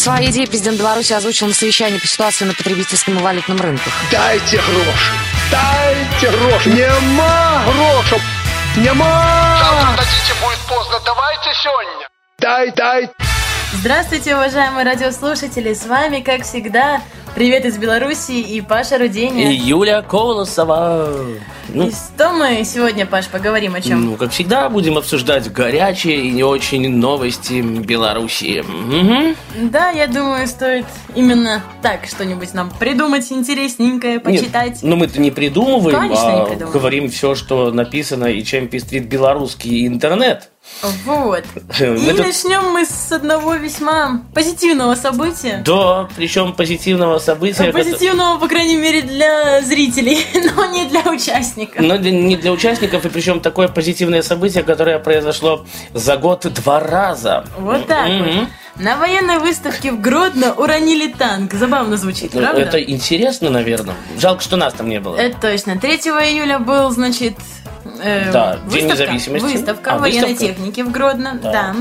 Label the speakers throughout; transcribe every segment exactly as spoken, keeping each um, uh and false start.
Speaker 1: Свои идеи президент Беларуси озвучил на совещании по ситуации на потребительском и валютном рынках.
Speaker 2: Дайте гроши, дайте гроши, нема грошей, нема.
Speaker 3: Завтра дадите, будет поздно, давайте сегодня.
Speaker 2: Дай, дай.
Speaker 4: Здравствуйте, уважаемые радиослушатели, с вами, как всегда, привет из Беларуси и Паша Руденя.
Speaker 5: И Юля Колосова.
Speaker 4: Ну, и что мы сегодня, Паш, поговорим о чем?
Speaker 5: Ну, как всегда, будем обсуждать горячие и не очень новости Беларуси. Угу.
Speaker 4: Да, я думаю, стоит именно так что-нибудь нам придумать интересненькое, почитать.
Speaker 5: Нет, ну мы-то не придумываем,
Speaker 4: Конечно,
Speaker 5: а
Speaker 4: не придумываем.
Speaker 5: Говорим все, что написано и чем пестрит белорусский интернет.
Speaker 4: Вот. И
Speaker 5: Это-
Speaker 4: начнем мы с одного весьма позитивного события.
Speaker 5: Да, причем позитивного события.
Speaker 4: Позитивного, по крайней мере, для зрителей, но не для участников.
Speaker 5: Но для- не для участников, и причем такое позитивное событие, которое произошло за год два раза.
Speaker 4: Вот так
Speaker 5: Мгм.
Speaker 4: вот. На военной выставке в Гродно уронили танк. Забавно звучит,
Speaker 5: Ну,
Speaker 4: правда?
Speaker 5: Это интересно, наверное. Жалко, что нас там не было.
Speaker 4: Это точно. третьего июля был, значит, э,
Speaker 5: Да, День
Speaker 4: выставка,
Speaker 5: независимости.
Speaker 4: выставка
Speaker 5: А,
Speaker 4: военной
Speaker 5: выставка?
Speaker 4: техники в Гродно.
Speaker 5: Да.
Speaker 4: Да.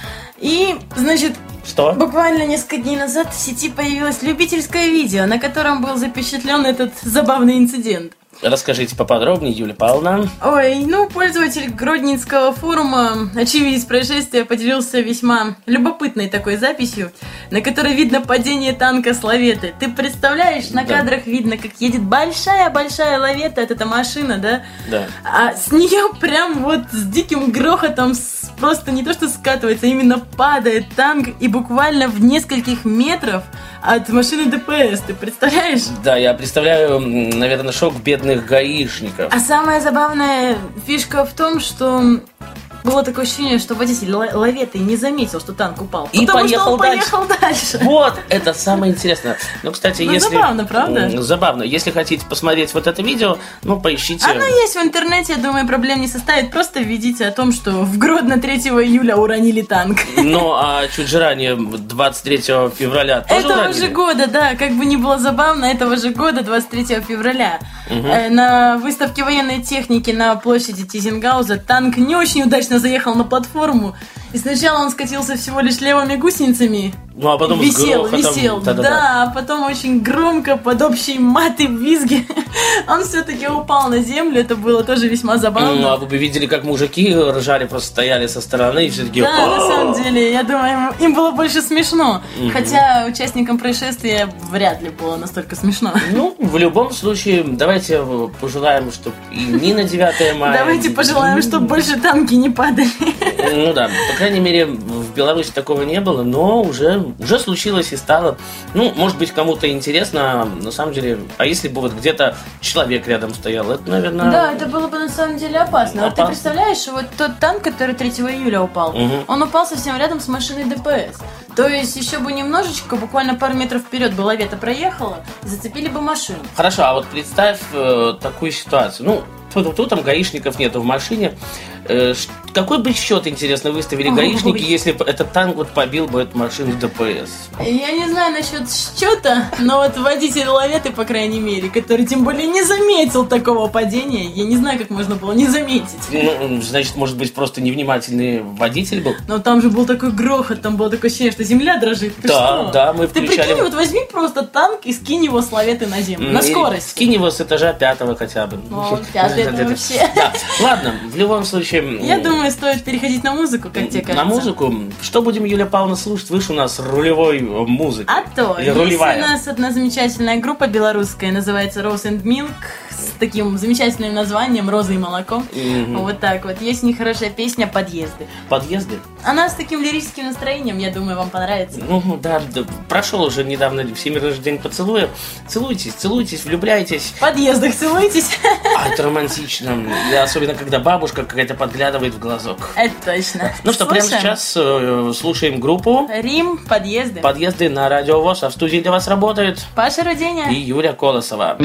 Speaker 4: И, значит,
Speaker 5: Что?
Speaker 4: буквально несколько дней назад в сети появилось любительское видео, на котором был запечатлен этот забавный инцидент.
Speaker 5: Расскажите поподробнее, Юлия Павловна.
Speaker 4: Ой, ну, пользователь Гродненского форума, очевидец происшествия, поделился весьма любопытной такой записью, на которой видно падение танка с лаветы. Ты представляешь, на
Speaker 5: Да.
Speaker 4: кадрах видно, как едет большая-большая лавета, это эта машина, да?
Speaker 5: Да.
Speaker 4: А с нее прям вот с диким грохотом с- просто не то что скатывается, а именно падает танк, и буквально в нескольких метров от машины ДПС, ты представляешь?
Speaker 5: Да, я представляю, м, наверное, шок бедных гаишников.
Speaker 4: А самая забавная фишка в том, что было такое ощущение, что водитель ла- лаветы не заметил, что танк упал.
Speaker 5: И
Speaker 4: потому что
Speaker 5: поехал
Speaker 4: он
Speaker 5: дальше.
Speaker 4: поехал дальше.
Speaker 5: Вот, это самое интересное. Ну, кстати,
Speaker 4: Ну,
Speaker 5: если...
Speaker 4: забавно, правда?
Speaker 5: М, Забавно. Если хотите посмотреть вот это видео, ну, поищите...
Speaker 4: Оно есть в интернете, я думаю, проблем не составит. Просто введите о том, что в Гродно третьего июля уронили танк.
Speaker 5: Ну, а чуть же ранее, двадцать третьего февраля, тоже
Speaker 4: Этого
Speaker 5: уронили?
Speaker 4: же года, да, как бы ни было забавно, этого же года, двадцать третьего февраля, э, на выставке военной техники на площади Тизенгауза танк не очень удачно заехал на платформу, и сначала он скатился всего лишь левыми гусеницами.
Speaker 5: Ну, а потом с
Speaker 4: Висел,
Speaker 5: грохотом.
Speaker 4: висел,
Speaker 5: Да-да-да.
Speaker 4: да, а потом очень громко, под общие маты, визги, он все-таки упал на землю, это было тоже весьма забавно.
Speaker 5: Ну, а вы бы видели, как мужики ржали, просто стояли со стороны и все таки
Speaker 4: Да, на самом деле, я думаю, им было больше смешно. Хотя участникам происшествия вряд ли было настолько смешно.
Speaker 5: Ну, в любом случае, давайте пожелаем, чтобы и не на девятое мая...
Speaker 4: Давайте пожелаем, чтобы больше танки не падали.
Speaker 5: Ну да, по крайней мере, в Беларуси такого не было, но уже, уже случилось и стало. Ну, может быть, кому-то интересно, а на самом деле, а если бы вот где-то человек рядом стоял, это, наверное...
Speaker 4: Да, это было бы на самом деле опасно. Вот ты
Speaker 5: Опасно.
Speaker 4: представляешь, вот тот танк, который третьего июля упал,
Speaker 5: Мгм.
Speaker 4: он упал совсем рядом с машиной ДПС. То есть еще бы немножечко, буквально пару метров вперед бы лавета проехала, зацепили бы машину.
Speaker 5: Хорошо, а вот представь э, такую ситуацию. Ну, тут, тут там гаишников нету в машине. Э, ш- какой бы счет, интересно, выставили
Speaker 4: Ой.
Speaker 5: гаишники, если бы этот танк вот побил бы эту машину ДПС?
Speaker 4: Я не знаю насчет счета, но вот водитель лаветы, по крайней мере, который тем более не заметил такого падения, я не знаю, как можно было не заметить.
Speaker 5: Ну, значит, может быть, просто невнимательный водитель был?
Speaker 4: Но там же был такой грохот, там было такое ощущение, что земля дрожит. Ты
Speaker 5: Да,
Speaker 4: что?
Speaker 5: да, мы
Speaker 4: Ты
Speaker 5: включали-
Speaker 4: прикинь, вот возьми просто танк и скинь его с лаветы на землю, на
Speaker 5: Или
Speaker 4: скорость.
Speaker 5: Скинь его с этажа пятого хотя бы.
Speaker 4: Ну, пятый это вообще.
Speaker 5: Да. Ладно, в любом случае...
Speaker 4: Я думаю, стоит переходить на музыку, как тебе кажется.
Speaker 5: На музыку. Что будем, Юлия Павловна, слушать? Выше у нас рулевой э, музыки.
Speaker 4: А то,
Speaker 5: Или
Speaker 4: есть
Speaker 5: рулевая.
Speaker 4: у нас одна замечательная группа белорусская, называется Rose and Milk, с таким замечательным названием «Роза и молоко».
Speaker 5: Мгм.
Speaker 4: Вот так вот. Есть у них хорошая песня «Подъезды».
Speaker 5: Подъезды?
Speaker 4: Она с таким лирическим настроением, я думаю, вам понравится.
Speaker 5: Ну, да, да, прошел уже недавно Всемирный же день поцелуя. Целуйтесь, целуйтесь, влюбляйтесь.
Speaker 4: В подъездах целуйтесь.
Speaker 5: А, это романтично. И особенно, когда бабушка какая-то подглядывает в глазок.
Speaker 4: Это точно.
Speaker 5: Ну что, прямо
Speaker 4: Слушаем.
Speaker 5: сейчас э, слушаем группу
Speaker 4: Рим, подъезды.
Speaker 5: «Подъезды» на Радио ВОС. А в студии для вас работает
Speaker 4: Паша Руденя.
Speaker 5: и Юля Колосова.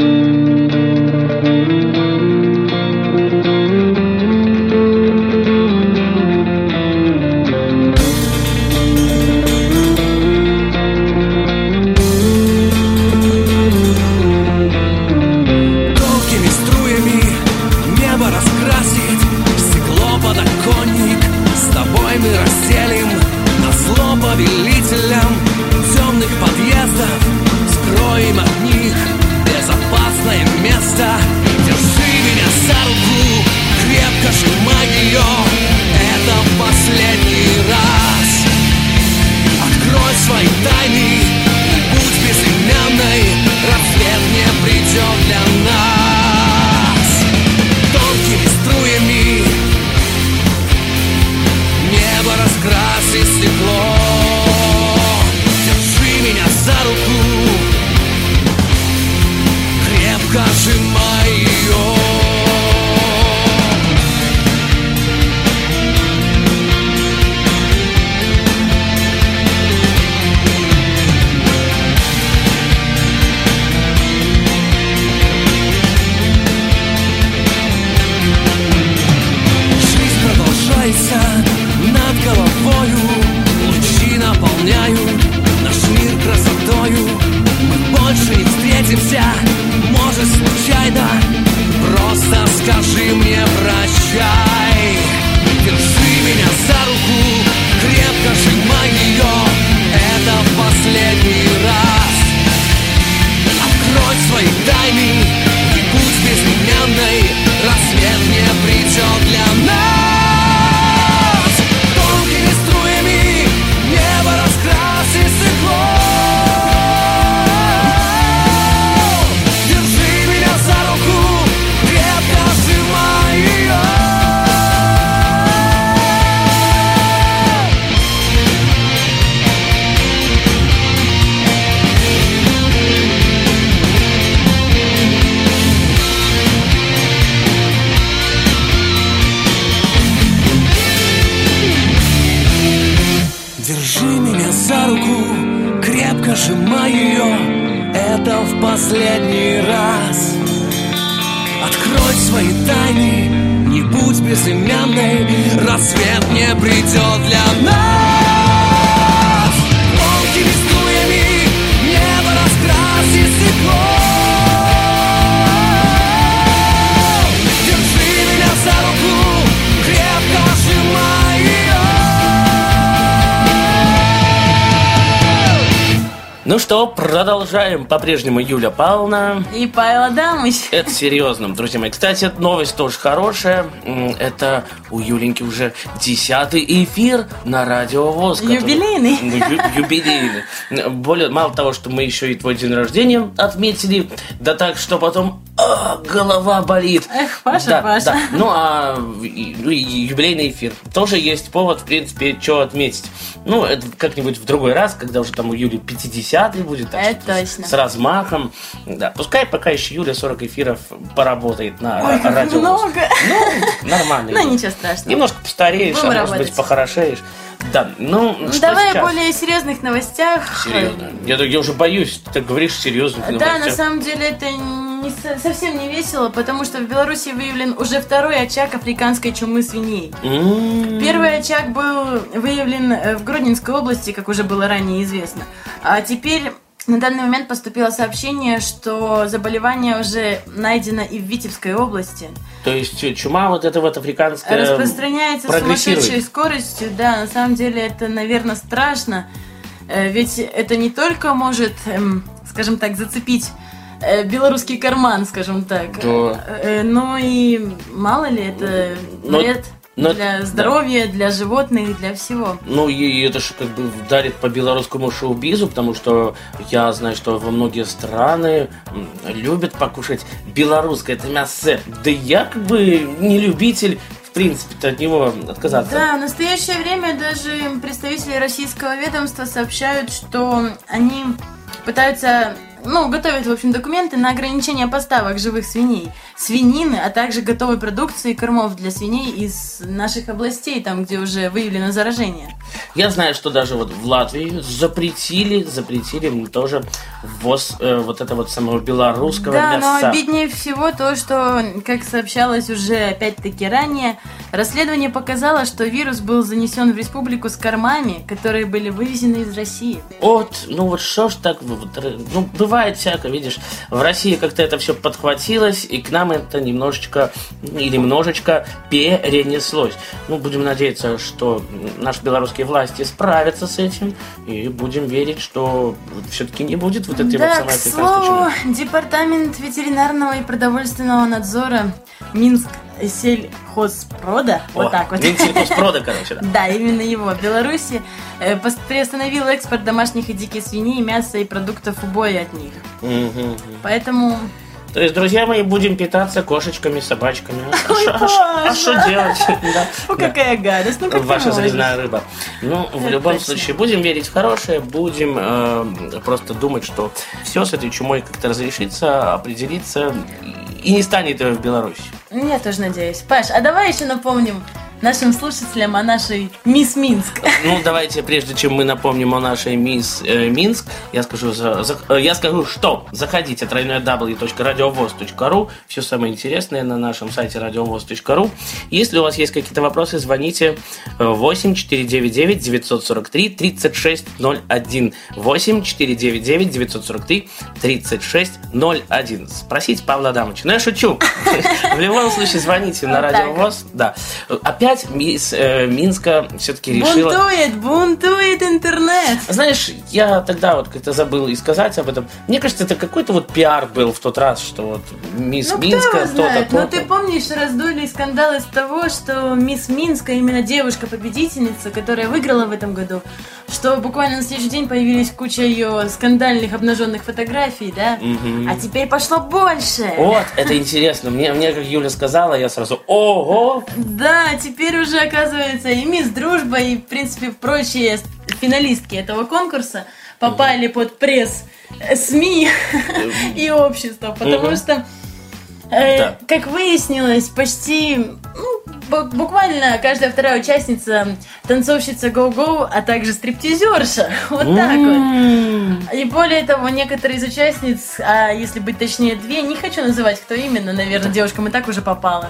Speaker 6: Долгими струями небо раскрасит стекло подоконник. С тобой мы расстелим назло повелителям. Темный свои тайны, не будь безымянной, рассвет не придет для нас. Тонкими струями небо раскрасит стекло. Держи меня за руку, крепко сжимай ее. Над головою лучи наполняют наш мир красотою. Мы больше не встретимся, может случайно. Просто скажи мне прощай. Держи меня за руку, крепко сжимай ее. Это в последний раз. Открой свои тайны, не будь безымянной, рассвет не придет для нас. Сжимай ее, это в последний раз. Открой свои тайны, не будь безымянной, рассвет не придет для нас. Тонкими струями небо раскрасит стекло. Держи меня за руку, крепко сжимай ее.
Speaker 5: Ну что, продолжаем. По-прежнему Юля Павловна
Speaker 4: и Павел Адамович.
Speaker 5: Это серьезно, друзья мои. Кстати, новость тоже хорошая. Это у Юленьки уже десятый эфир на Радио ВОС.
Speaker 4: Юбилейный.
Speaker 5: Который... Ю- юбилейный. Более, мало того, что мы еще и твой день рождения отметили, да так, что потом а, голова болит.
Speaker 4: Эх, Паша,
Speaker 5: да,
Speaker 4: Паша.
Speaker 5: Да. Ну, а ну, юбилейный эфир. Тоже есть повод, в принципе, что отметить. Ну, это как-нибудь в другой раз, когда уже там у Юли пятидесятый будет. Так
Speaker 4: это
Speaker 5: что,
Speaker 4: точно.
Speaker 5: С размахом. Да, пускай пока еще Юля сорок эфиров поработает на
Speaker 4: Ой, как
Speaker 5: радио.
Speaker 4: много.
Speaker 5: Ну, нормально.
Speaker 4: Ну, ничего страшного.
Speaker 5: Немножко постареешь,
Speaker 4: Будем
Speaker 5: а может
Speaker 4: работать.
Speaker 5: быть похорошеешь. Да, ну, что
Speaker 4: давай
Speaker 5: сейчас?
Speaker 4: о более серьезных новостях.
Speaker 5: Серьезно. Я, я уже боюсь, ты так говоришь серьезных
Speaker 4: Да,
Speaker 5: новостях.
Speaker 4: на самом деле это не, со- совсем не весело, потому что в Беларуси выявлен уже второй очаг африканской чумы свиней.
Speaker 5: М-м-м.
Speaker 4: Первый очаг был выявлен э, в Гродненской области, как уже было ранее известно. А теперь на данный момент поступило сообщение, что заболевание уже найдено и в Витебской области.
Speaker 5: То есть чума вот эта вот африканская
Speaker 4: Распространяется с сумасшедшей скоростью. Да, на самом деле это, наверное, страшно. Э, Ведь это не только может, эм, скажем так, зацепить э, белорусский карман, скажем так,
Speaker 5: Да.
Speaker 4: э, но и мало ли это
Speaker 5: Но-
Speaker 4: вред
Speaker 5: но-
Speaker 4: для здоровья, для животных, для всего.
Speaker 5: Ну, и это же как бы вдарит по белорусскому шоу-бизу, потому что я знаю, что во многие страны м, любят покушать белорусское это мясо. Да я как бы не любитель, в принципе-то, от него отказаться.
Speaker 4: Да, в настоящее время даже представители российского ведомства сообщают, что они пытаются, ну, готовят, в общем, документы на ограничение поставок живых свиней, свинины, а также готовой продукции, кормов для свиней из наших областей, там, где уже выявлено заражение.
Speaker 5: Я знаю, что даже вот в Латвии запретили, запретили тоже ввоз э, вот этого вот самого белорусского
Speaker 4: Да,
Speaker 5: мяса.
Speaker 4: но обиднее всего то, что, как сообщалось уже опять-таки ранее, расследование показало, что вирус был занесен в республику с кормами, которые были вывезены из России.
Speaker 5: Вот, ну вот что ж так, вот, ну бывает всяко, видишь, в России как-то это все подхватилось, и к нам это немножечко или немножечко перенеслось. Ну, будем надеяться, что наши белорусские власти справятся с этим, и будем верить, что все-таки не будет вот этой
Speaker 4: Да,
Speaker 5: вот самой
Speaker 4: к
Speaker 5: африканской
Speaker 4: слову,
Speaker 5: чумы.
Speaker 4: Департамент ветеринарного и продовольственного надзора Минск Минсельхозпрода, вот
Speaker 5: О,
Speaker 4: так вот.
Speaker 5: Минсельхозпрода, короче, да.
Speaker 4: Да, именно его. В Беларуси э, пос- приостановил экспорт домашних и диких свиней, мяса и продуктов убоя от них.
Speaker 5: Мгм.
Speaker 4: Поэтому...
Speaker 5: То есть, друзья мои, будем питаться кошечками, собачками. А
Speaker 4: Ой,
Speaker 5: шо- а шо- А что
Speaker 4: Паша.
Speaker 5: делать? Да.
Speaker 4: О, какая гадость, ну как
Speaker 5: Ваша
Speaker 4: ты можешь?
Speaker 5: зарезная рыба. Ну, в
Speaker 4: Это
Speaker 5: любом
Speaker 4: точно.
Speaker 5: случае, будем верить в хорошее, будем э, просто думать, что все с этой чумой как-то разрешится, определится и не станет ее в Беларуси.
Speaker 4: Я тоже надеюсь. Паш, а давай еще напомним нашим слушателям о нашей Мисс Минск.
Speaker 5: Ну, давайте, прежде чем мы напомним о нашей мисс э, Минск, я скажу, за- за- э, я скажу, что заходите дабл ю дабл ю дабл ю точка радиовоз точка ру, все самое интересное на нашем сайте радиовоз точка ру. Если у вас есть какие-то вопросы, звоните э, восемь четыре девять девять девятьсот сорок три тридцать шесть ноль один. восемь четыре девять девять девятьсот сорок три тридцать шесть ноль один. Спросите Павла Адамовича. Ну, я шучу. В любом случае, звоните на
Speaker 4: Вот так
Speaker 5: радиовоз. Да. Опять мисс э, Минска все-таки решила...
Speaker 4: Бунтует, бунтует интернет.
Speaker 5: Знаешь, я тогда вот как-то забыл и сказать об этом. Мне кажется, это какой-то вот пиар был в тот раз, что вот мисс
Speaker 4: Ну,
Speaker 5: Минска,
Speaker 4: кто его
Speaker 5: то-то,
Speaker 4: знает?
Speaker 5: то-то.
Speaker 4: Ну, ты помнишь, раздули скандал из того, что мисс Минска, именно девушка-победительница, которая выиграла в этом году, что буквально на следующий день появились куча ее скандальных обнаженных фотографий, да?
Speaker 5: Мгм.
Speaker 4: А теперь пошло больше.
Speaker 5: Вот, это интересно. Мне, мне, как Юля сказала, я сразу, ого!
Speaker 4: Да, теперь уже, оказывается, и мисс Дружба, и, в принципе, прочие финалистки этого конкурса попали под пресс э, СМИ и общества, потому
Speaker 5: Мгм.
Speaker 4: что, э,
Speaker 5: Да.
Speaker 4: как выяснилось, почти, ну, бу- буквально каждая вторая участница танцовщица гоу-гоу, а также стриптизерша. Вот так вот. И более того, некоторые из участниц, а если быть точнее две, не хочу называть, кто именно, наверное, девушкам и так уже попала,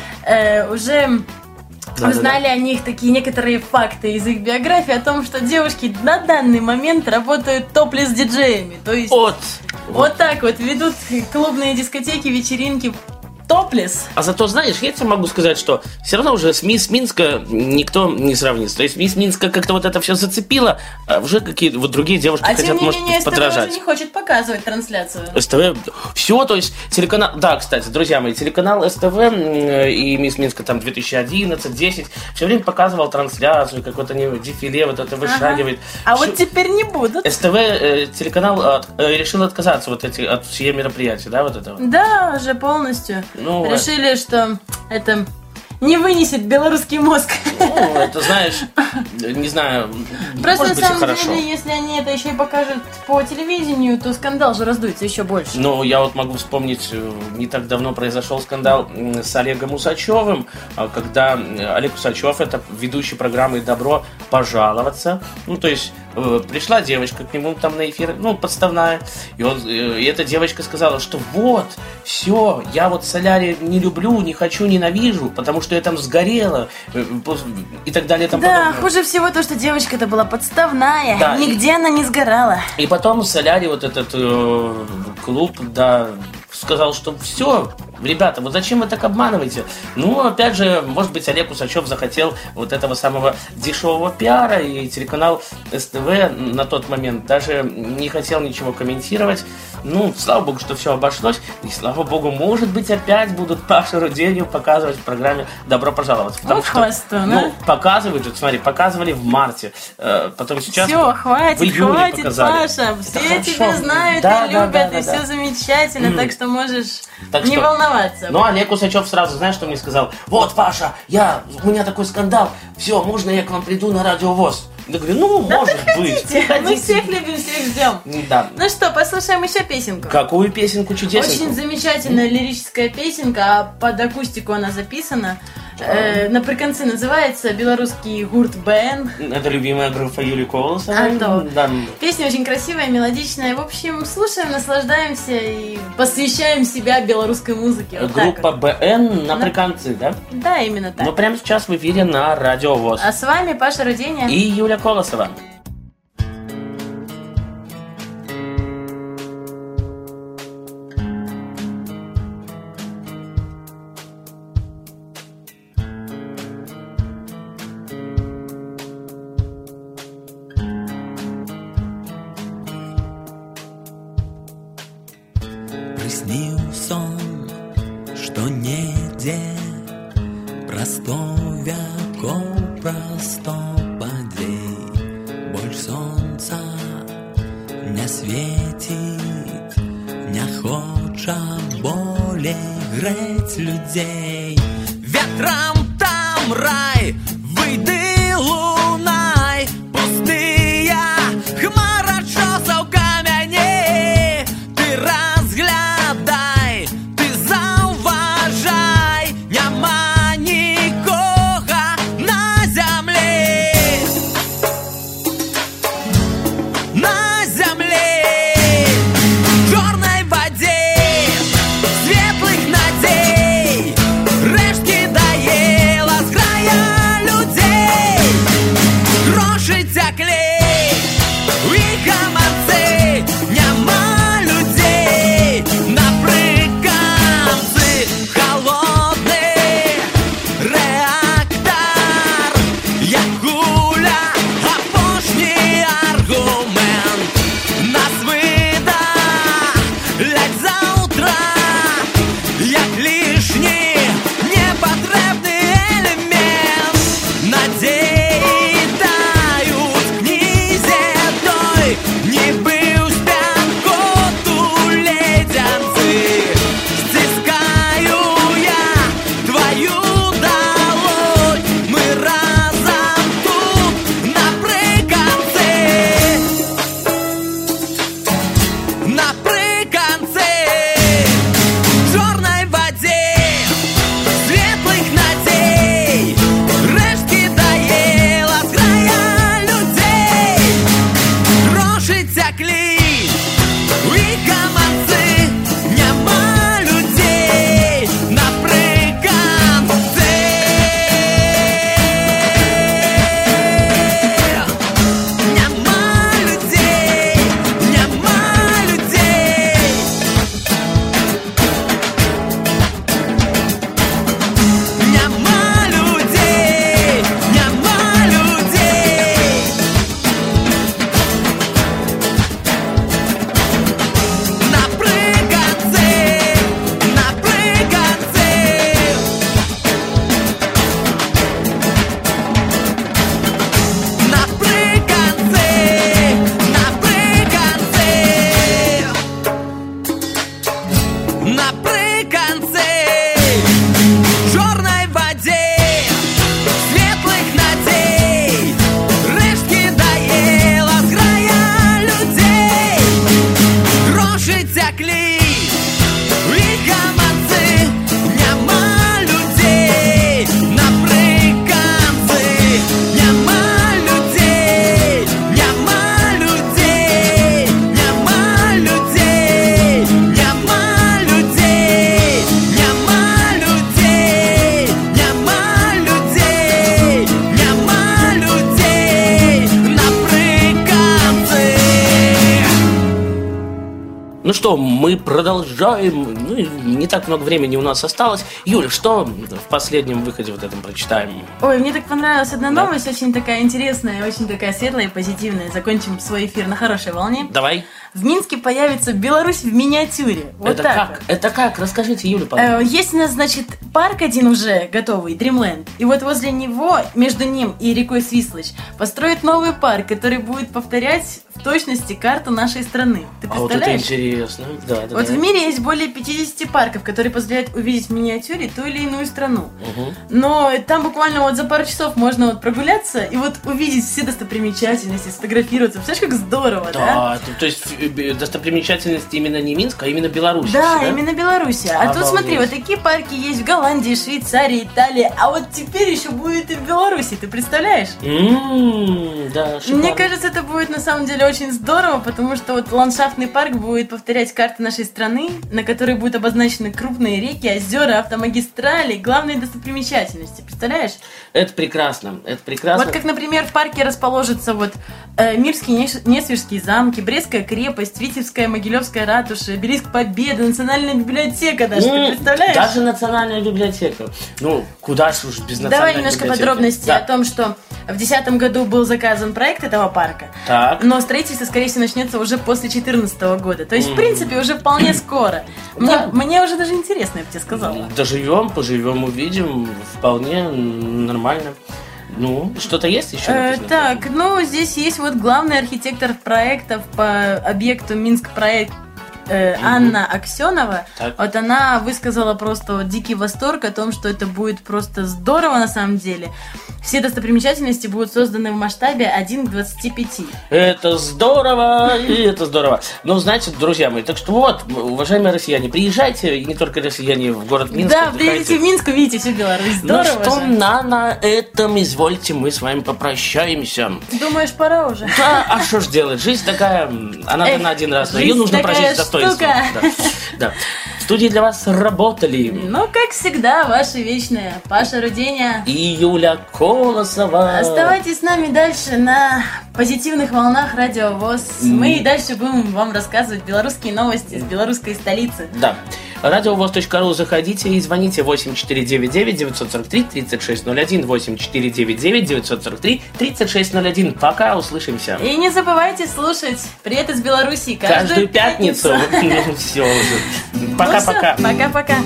Speaker 4: э, уже
Speaker 5: Да-да-да.
Speaker 4: узнали о них такие некоторые факты из их биографии о том, что девушки на данный момент работают топлес-диджеями. То есть
Speaker 5: Вот.
Speaker 4: вот так вот ведут клубные дискотеки, вечеринки топлес.
Speaker 5: А зато, знаешь, я тебе могу сказать, что все равно уже с мисс Минска никто не сравнится. То есть мисс Минска как-то вот это все зацепила, а уже какие-то вот другие девушки
Speaker 4: А
Speaker 5: хотят,
Speaker 4: тем не
Speaker 5: может
Speaker 4: менее,
Speaker 5: быть,
Speaker 4: СТВ
Speaker 5: подражать.
Speaker 4: уже не хочет показывать трансляцию.
Speaker 5: СТВ, все, то есть телеканал, да, кстати, друзья мои, телеканал СТВ м, и мисс Минска там две тысячи одиннадцать десять все время показывал трансляцию, какое-то не дефиле вот это вышагивает.
Speaker 4: А
Speaker 5: Всё-
Speaker 4: вот теперь не будут.
Speaker 5: СТВ э, телеканал от- э, решил отказаться вот эти, от всех мероприятий, да, вот этого.
Speaker 4: Да, уже полностью.
Speaker 5: Ну,
Speaker 4: Решили, что это не вынесет белорусский мозг.
Speaker 5: Ну, это, знаешь, не знаю,
Speaker 4: Просто
Speaker 5: может
Speaker 4: на
Speaker 5: быть и
Speaker 4: самом
Speaker 5: хорошо.
Speaker 4: деле, если они это еще и покажут по телевидению, то скандал же раздуется еще больше.
Speaker 5: Ну, я вот могу вспомнить, э, не так давно произошел скандал м, с Олегом Усачевым, а, когда э, Олег Усачев, это ведущий программы «Добро пожаловаться», ну, то есть э, пришла девочка к нему там на эфир, ну, подставная, и, он, э, и эта девочка сказала, что вот, все, я вот солярий не люблю, не хочу, ненавижу, потому что я там сгорела, э, пос- и так далее, и тому
Speaker 4: Да,
Speaker 5: подобное.
Speaker 4: хуже всего то, что девочка-то была подставная.
Speaker 5: Да.
Speaker 4: Нигде она не сгорала.
Speaker 5: И потом Солярий, вот этот э, клуб, да, сказал, что все, ребята, вот зачем вы так обманываете? Ну, опять же, может быть, Олег Усачев захотел вот этого самого дешевого пиара, и телеканал СТВ на тот момент даже не хотел ничего комментировать. Ну, слава богу, что все обошлось, и слава богу, может быть, опять будут Пашу Руденью показывать в программе «Добро пожаловать». Потому
Speaker 4: Вот
Speaker 5: что,
Speaker 4: хвостун,
Speaker 5: ну,
Speaker 4: а?
Speaker 5: показывают же, смотри, показывали в марте, э, потом сейчас
Speaker 4: Все,
Speaker 5: в
Speaker 4: хватит,
Speaker 5: июне
Speaker 4: хватит,
Speaker 5: показали.
Speaker 4: Паша.
Speaker 5: Это
Speaker 4: Все
Speaker 5: хорошо.
Speaker 4: тебя знают
Speaker 5: Да,
Speaker 4: и
Speaker 5: да,
Speaker 4: любят,
Speaker 5: да, да,
Speaker 4: и
Speaker 5: да.
Speaker 4: все замечательно,
Speaker 5: Мгм.
Speaker 4: так что можешь
Speaker 5: Так
Speaker 4: не
Speaker 5: что-
Speaker 4: волноваться.
Speaker 5: Но Олег Усачев сразу, знаешь, что мне сказал? Вот, Паша, я, у меня такой скандал, все, можно я к вам приду на радиовоз? Я говорю, ну,
Speaker 4: Да
Speaker 5: может быть.
Speaker 4: приходите, мы
Speaker 5: приходите.
Speaker 4: всех любим, всех ждем.
Speaker 5: Да.
Speaker 4: Ну что, послушаем еще песенку.
Speaker 5: Какую песенку чудесенькую?
Speaker 4: Очень замечательная лирическая песенка, а под акустику она записана. Э, наприконцы называется «Белорусский гурт БН».
Speaker 5: Это любимая группа Юлии Колосовой.
Speaker 4: А то.
Speaker 5: Да.
Speaker 4: Песня очень красивая, мелодичная. В общем, слушаем, наслаждаемся и посвящаем себя белорусской музыке. Вот так
Speaker 5: Группа
Speaker 4: вот.
Speaker 5: БН на приконцы, да?
Speaker 4: Да, именно так.
Speaker 5: Ну, прямо сейчас в эфире на радиовоз.
Speaker 4: А с вами Паша Руденя.
Speaker 5: И Юля Колосова.
Speaker 6: Приснил сон, что не день, Ростове простопаде, больше солнца не светит, не хоча более греть людей. Ветром там рай, выйди лунай, пустые хмарочосов камяни. Ты разглядай, ты зауважай, нема нікога на землі, на землі, в чорній воді, світлих надій, рештки доїла зграя людей, гроші текли, і гаманці, нема людей, наприкінці холодний реактор, як гуля, апошній аргумент, нас видалять завтра, як лишній непотребний елемент. Надії дають книзі той, ніби у спянкоту ледянці. Стискаю я твою долонь, ми разом тут наприкінці, наприкінці, в чорній воді, світлих надій, рештки доїла зграя людей, гроші текли, і гаманці, нема людей, наприкінці, нема людей, нема людей, нема людей, нема людей. Наприкінці, наприкінці, наприкінці, наприкінці, наприкінці, в чорній воді, світлих надій, рештки доїла зграя людей, гроші текли, і гаманці, нема людей, наприкінці, нема людей, нема людей, нема людей, нема людей, нема людей, нема людей, нема людей, наприкінці.
Speaker 5: Ну что, мы продолжаем. Ну, и не так много времени у нас осталось. Юля, что в последнем выходе вот этом прочитаем?
Speaker 4: Ой, мне так понравилась одна
Speaker 5: Да.
Speaker 4: новость, очень такая интересная, очень такая светлая и позитивная. Закончим свой эфир на хорошей волне.
Speaker 5: Давай.
Speaker 4: В Минске появится Беларусь в миниатюре. Вот
Speaker 5: Это
Speaker 4: так
Speaker 5: как?
Speaker 4: вот.
Speaker 5: Это как? Расскажите, Юля, пожалуйста.
Speaker 4: Э, Есть у нас, значит, парк один уже готовый, Dreamland. И вот возле него, между ним и рекой Свислочь, построят новый парк, который будет повторять в точности карту нашей страны. Ты
Speaker 5: А вот это
Speaker 4: представляешь?
Speaker 5: интересно. Да, да,
Speaker 4: Вот
Speaker 5: да.
Speaker 4: в мире есть более пятьдесят парков, которые позволяют увидеть в миниатюре ту или иную страну.
Speaker 5: Мгм.
Speaker 4: Но там буквально вот за пару часов можно вот прогуляться и вот увидеть все достопримечательности, сфотографироваться. Представляешь, как здорово, да?
Speaker 5: Да, то, то есть э, б- достопримечательности именно не Минска, а именно Беларусь.
Speaker 4: Да, именно Беларусь. А тут
Speaker 5: Обалдеть.
Speaker 4: смотри, вот такие парки есть в Голландии, Швейцарии, Италии, а вот теперь еще будет и в Беларуси, ты представляешь?
Speaker 5: М, да, шикарно.
Speaker 4: Мне кажется, это будет на самом деле очень здорово, потому что вот ландшафтный парк будет повторять карты нашей страны, на которой будут обозначены крупные реки, озера, автомагистрали, главные достопримечательности. Представляешь?
Speaker 5: Это прекрасно, это прекрасно.
Speaker 4: Вот как, например, в парке расположатся вот э, Мирские, Неш- Несвежские замки, Брестская крепость, Витебская, Могилевская ратуша, Обелиск Победы, Национальная библиотека даже,
Speaker 5: М,
Speaker 4: ты представляешь?
Speaker 5: Даже национальная библиотека. Ну, куда ж уж без национальной
Speaker 4: Давай немножко
Speaker 5: библиотеки.
Speaker 4: подробностей
Speaker 5: Да.
Speaker 4: о том, что В две тысячи десятом году был заказан проект этого парка,
Speaker 5: Так.
Speaker 4: но строительство, скорее всего, начнется уже после две тысячи четырнадцатого года. То есть, в принципе, уже вполне скоро. Мне, мне уже даже интересно, я бы тебе сказала.
Speaker 5: Доживем, поживем, увидим. Вполне нормально. Ну, что-то есть еще?
Speaker 4: Э, так, ну, здесь есть вот главный архитектор проектов по объекту Минск проект э, Анна Аксенова.
Speaker 5: Так.
Speaker 4: Вот она высказала просто вот дикий восторг о том, что это будет просто здорово на самом деле. Все достопримечательности будут созданы в масштабе один к двадцати пяти.
Speaker 5: Это здорово, и это здорово. Ну, значит, друзья мои, так что вот, уважаемые россияне, приезжайте, и не только россияне, в город Минск.
Speaker 4: Да,
Speaker 5: отдыхайте.
Speaker 4: приедете в Минск, увидите всю Беларусь. Здорово
Speaker 5: Ну что,
Speaker 4: же.
Speaker 5: на, на этом, извольте, мы с вами попрощаемся.
Speaker 4: Думаешь, пора уже?
Speaker 5: Да, а что ж делать? Жизнь такая, она
Speaker 4: Эх,
Speaker 5: дана один раз, но
Speaker 4: жизнь
Speaker 5: ее нужно
Speaker 4: такая
Speaker 5: прожить с достоинством.
Speaker 4: штука.
Speaker 5: Да, да. В студии для вас работали
Speaker 4: Ну, как всегда, ваши вечные Паша Руденя.
Speaker 5: и Юля Колосова.
Speaker 4: Оставайтесь с нами дальше на позитивных волнах Радио ВОС. Мы и дальше будем вам рассказывать белорусские новости из белорусской столицы.
Speaker 5: Да. радиовоз точка ру, заходите и звоните восемь четыре девять девять девятьсот сорок три тридцать шесть ноль один, восемь четыре девять девять девятьсот сорок три тридцать шесть ноль один. Пока, услышимся.
Speaker 4: И не забывайте слушать «Привет из Беларуси» каждую,
Speaker 5: Каждую пятницу. Все уже. Пока-пока.
Speaker 4: Пока-пока.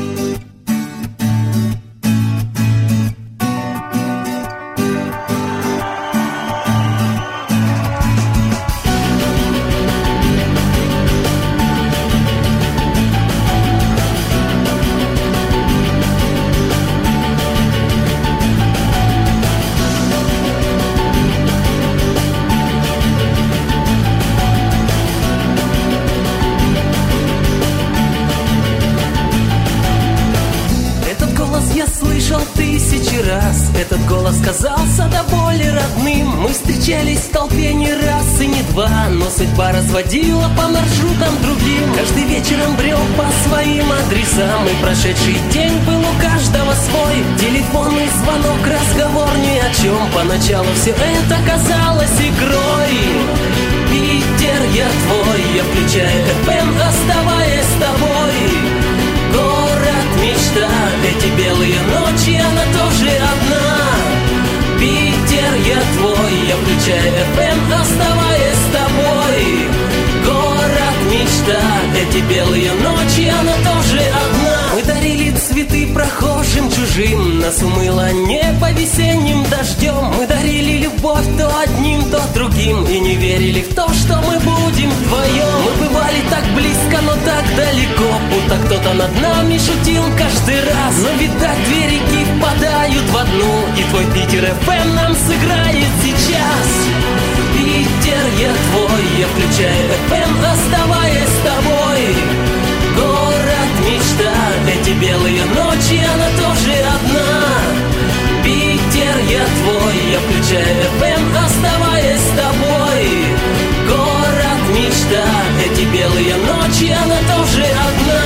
Speaker 6: Этот голос казался до боли родным. Мы встречались в толпе не раз и не два, но судьба разводила по маршрутам другим. Каждый вечер он брел по своим адресам, и прошедший день был у каждого свой. Телефонный звонок, разговор ни о чем. Поначалу все это казалось игрой. Питер, я твой, я включаю эф эм, оставаясь с тобой. Город мечта, эти белые ночи, она тоже одна. Питер, я твой, я включаю эф эм, оставаясь с тобой. Город мечта, эти белые ночи, она тоже одна. Мы дарили цветы прохожим чужим, нас умыло небо весенним дождем. Мы дарили любовь то одним, то другим, и не верили в то, что мы будем вдвоем. Мы бывали так близко, но так далеко, будто кто-то над нами шутил каждый раз. Но видать две реки впадают в одну, и твой Питер эф эм нам сыграет сейчас. Питер, я твой, я включаю эф эм, оставаясь с тобой. Город мечта, эти белые ночи, она тоже одна. Питер, я твой, я включаю эф эм, оставаясь с тобой. Город мечта, эти белые ночи, она тоже одна.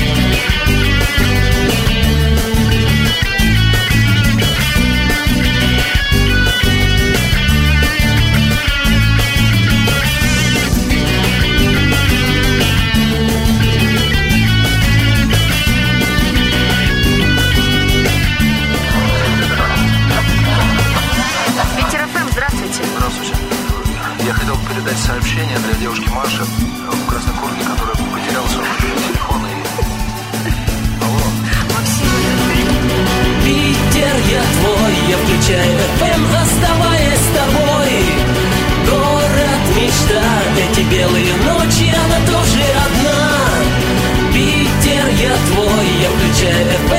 Speaker 3: Я хотел бы передать сообщение для девушки Маши в Красной Курге, которая потеряла свой мобильный телефон и... Алло.
Speaker 6: Питер, я твой, я включаю эф эм, оставаясь с тобой. Город мечта, эти белые ночи, она тоже одна. Питер, я твой, я включаю эф эм.